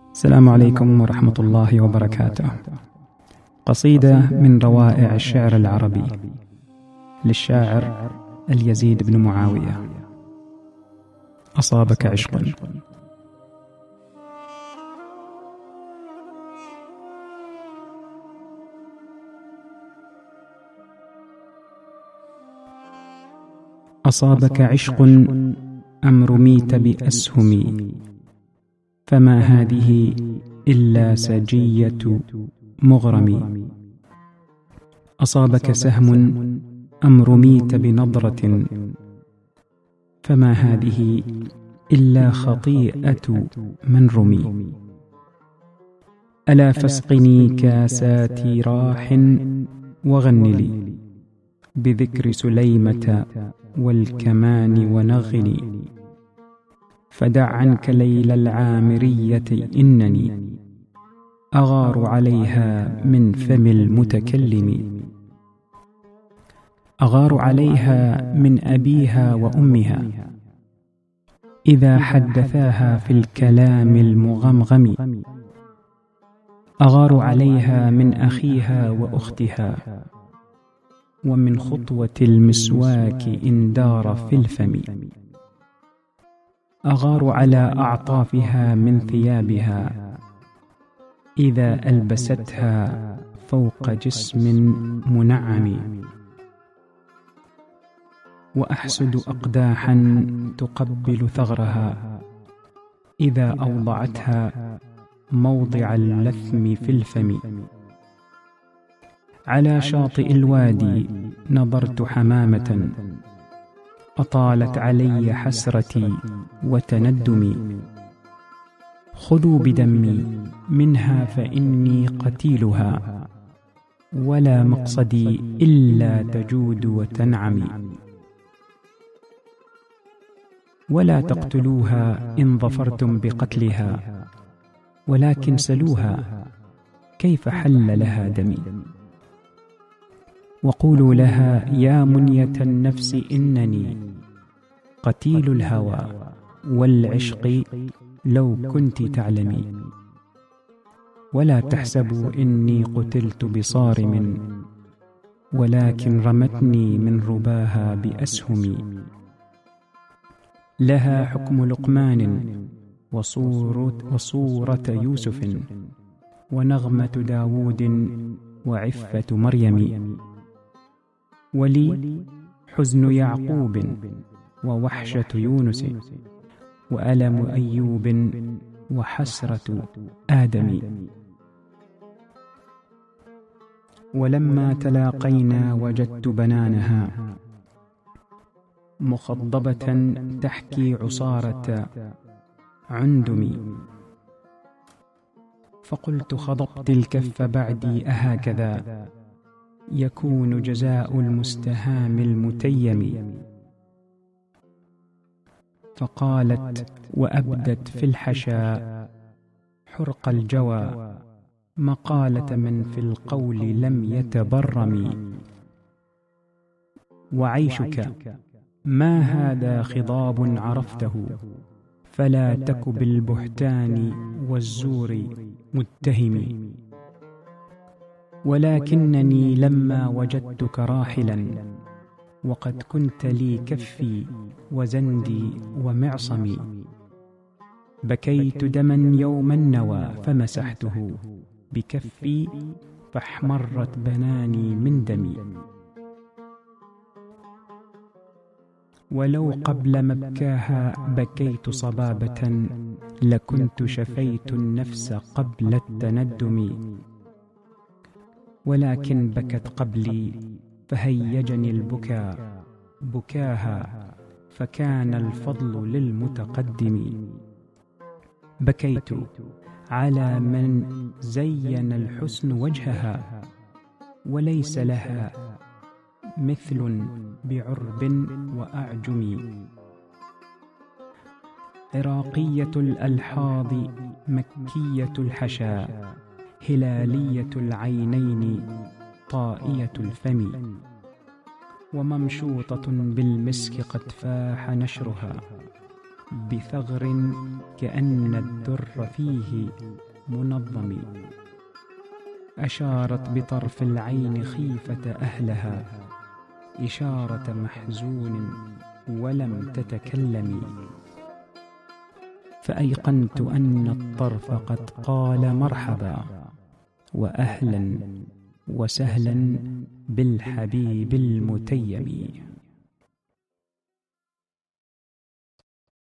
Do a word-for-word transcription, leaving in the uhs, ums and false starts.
السلام عليكم ورحمة الله وبركاته. قصيدة من روائع الشعر العربي للشاعر اليزيد بن معاوية. أصابك عشق. أصابك عشق أم رميت بأسهم، فما هذه إلا سجية مغرم. أصابك سهم أم رميت بنظرة، فما هذه إلا خطيئة من رمي. ألا فاسقني كاسات راح وغن لي بذكر سليمة والكمان ونغني. فدع عنك ليل العامرية، إنني أغار عليها من فم المتكلم. أغار عليها من أبيها وأمها إذا حدثاها في الكلام المغمغم. أغار عليها من أخيها وأختها ومن خطوة المسواك إن دار في الفم. أغار على أعطافها من ثيابها إذا ألبستها فوق جسم منعم. وأحسد أقداحا تقبل ثغرها إذا أوضعتها موضع اللثم في الفم. على شاطئ الوادي نظرت حمامة أطالت علي حسرتي وتندمي. خذوا بدمي منها فإني قتيلها، ولا مقصدي إلا تجود وتنعم. ولا تقتلوها إن ظفرتم بقتلها، ولكن سلوها كيف حل لها دمي. وقولوا لها يا منية النفس إنني قتيل الهوى والعشق لو كنت تعلمي. ولا تحسبوا إني قتلت بصارم، ولكن رمتني من رباها بأسهم. لها حكم لقمان وصورة, وصورة يوسف ونغمة داود وعفة مريم. ولي حزن يعقوب ووحشة يونس وألم أيوب وحسرة آدم. ولما تلاقينا وجدت بنانها مخضبة تحكي عصارة عندم. فقلت خضبت الكف بعدي أهكذا يكون جزاء المستهام المتيم. فقالت وأبدت في الحشا حرق الجوى مقالة من في القول لم يتبرم. وعيشك ما هذا خضاب عرفته، فلا تك بالبهتان والزور متهم. ولكنني لما وجدتك راحلا وقد كنت لي كفي وزندي ومعصمي، بكيت دما يوم النوى فمسحته بكفي فاحمرت بناني من دمي. ولو قبل مبكاها بكيت صبابة لكنت شفيت النفس قبل التندم. ولكن بكت قبلي فهيجني البكاء بكاها فكان الفضل للمتقدم. بكيت على من زين الحسن وجهها وليس لها مثل بعرب وأعجم. عراقية الألحاظ مكية الحشا هلالية العينين طائية الفم. وممشوطة بالمسك قد فاح نشرها بثغر كأن الدر فيه منظم. أشارت بطرف العين خيفة أهلها إشارة محزون ولم تتكلم. فأيقنت أن الطرف قد قال مرحبا وأهلا وسهلا بالحبيب المتيم.